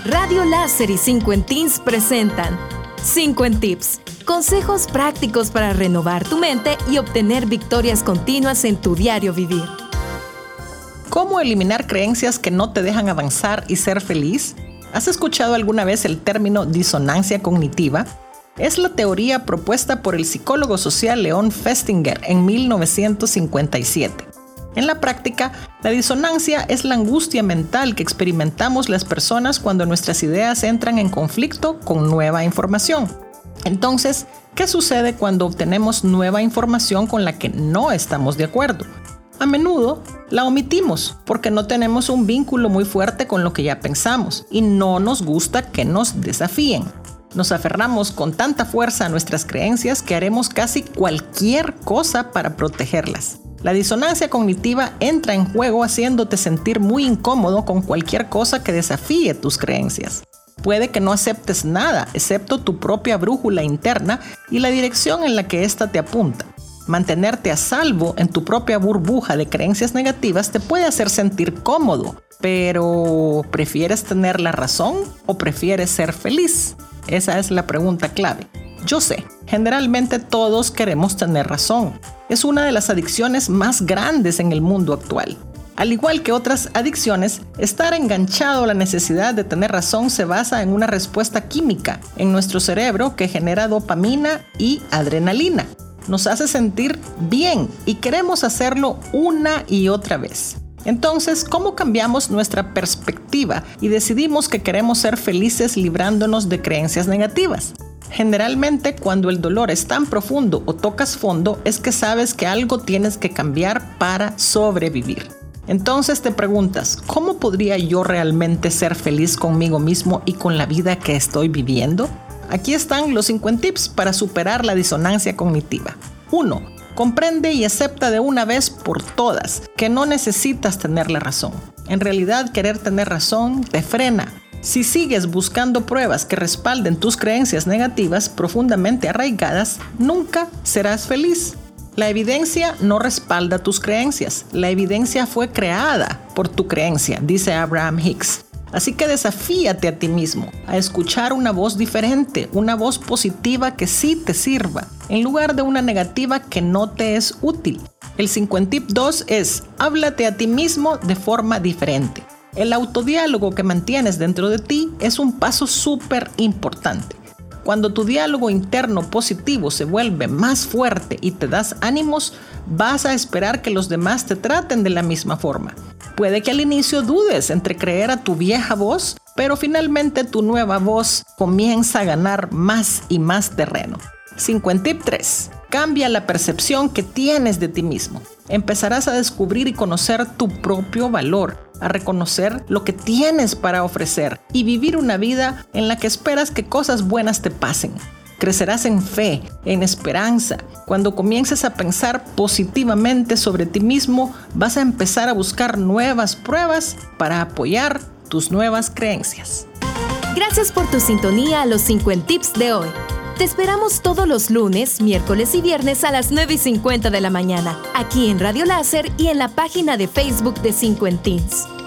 Radio Láser y 5 en Teens presentan 5 en Tips. Consejos prácticos para renovar tu mente y obtener victorias continuas en tu diario vivir. ¿Cómo eliminar creencias que no te dejan avanzar y ser feliz? ¿Has escuchado alguna vez el término disonancia cognitiva? Es la teoría propuesta por el psicólogo social Leon Festinger en 1957. En la práctica, la disonancia es la angustia mental que experimentamos las personas cuando nuestras ideas entran en conflicto con nueva información. Entonces, ¿qué sucede cuando obtenemos nueva información con la que no estamos de acuerdo? A menudo la omitimos porque no tenemos un vínculo muy fuerte con lo que ya pensamos y no nos gusta que nos desafíen. Nos aferramos con tanta fuerza a nuestras creencias que haremos casi cualquier cosa para protegerlas. La disonancia cognitiva entra en juego haciéndote sentir muy incómodo con cualquier cosa que desafíe tus creencias. Puede que no aceptes nada excepto tu propia brújula interna y la dirección en la que ésta te apunta. Mantenerte a salvo en tu propia burbuja de creencias negativas te puede hacer sentir cómodo, pero ¿prefieres tener la razón o prefieres ser feliz? Esa es la pregunta clave. Yo sé, generalmente todos queremos tener razón. Es una de las adicciones más grandes en el mundo actual. Al igual que otras adicciones, estar enganchado a la necesidad de tener razón se basa en una respuesta química en nuestro cerebro que genera dopamina y adrenalina. Nos hace sentir bien y queremos hacerlo una y otra vez. Entonces, ¿cómo cambiamos nuestra perspectiva y decidimos que queremos ser felices librándonos de creencias negativas? Generalmente, cuando el dolor es tan profundo o tocas fondo, es que sabes que algo tienes que cambiar para sobrevivir. Entonces te preguntas, ¿cómo podría yo realmente ser feliz conmigo mismo y con la vida que estoy viviendo? Aquí están los 5 tips para superar la disonancia cognitiva. 1. Comprende y acepta de una vez por todas que no necesitas tener la razón. En realidad, querer tener razón te frena. Si sigues buscando pruebas que respalden tus creencias negativas profundamente arraigadas, nunca serás feliz. La evidencia no respalda tus creencias. La evidencia fue creada por tu creencia, dice Abraham Hicks. Así que desafíate a ti mismo a escuchar una voz diferente, una voz positiva que sí te sirva, en lugar de una negativa que no te es útil. El 5 tip 2 es, háblate a ti mismo de forma diferente. El autodiálogo que mantienes dentro de ti es un paso súper importante. Cuando tu diálogo interno positivo se vuelve más fuerte y te das ánimos, vas a esperar que los demás te traten de la misma forma. Puede que al inicio dudes entre creer a tu vieja voz, pero finalmente tu nueva voz comienza a ganar más y más terreno. 5 tip 3. Cambia la percepción que tienes de ti mismo. Empezarás a descubrir y conocer tu propio valor, a reconocer lo que tienes para ofrecer y vivir una vida en la que esperas que cosas buenas te pasen. Crecerás en fe, en esperanza. Cuando comiences a pensar positivamente sobre ti mismo, vas a empezar a buscar nuevas pruebas para apoyar tus nuevas creencias. Gracias por tu sintonía a los 5 Tips de hoy. Te esperamos todos los lunes, miércoles y viernes a las 9:50 de la mañana, aquí en Radio Láser y en la página de Facebook de 5 Teens.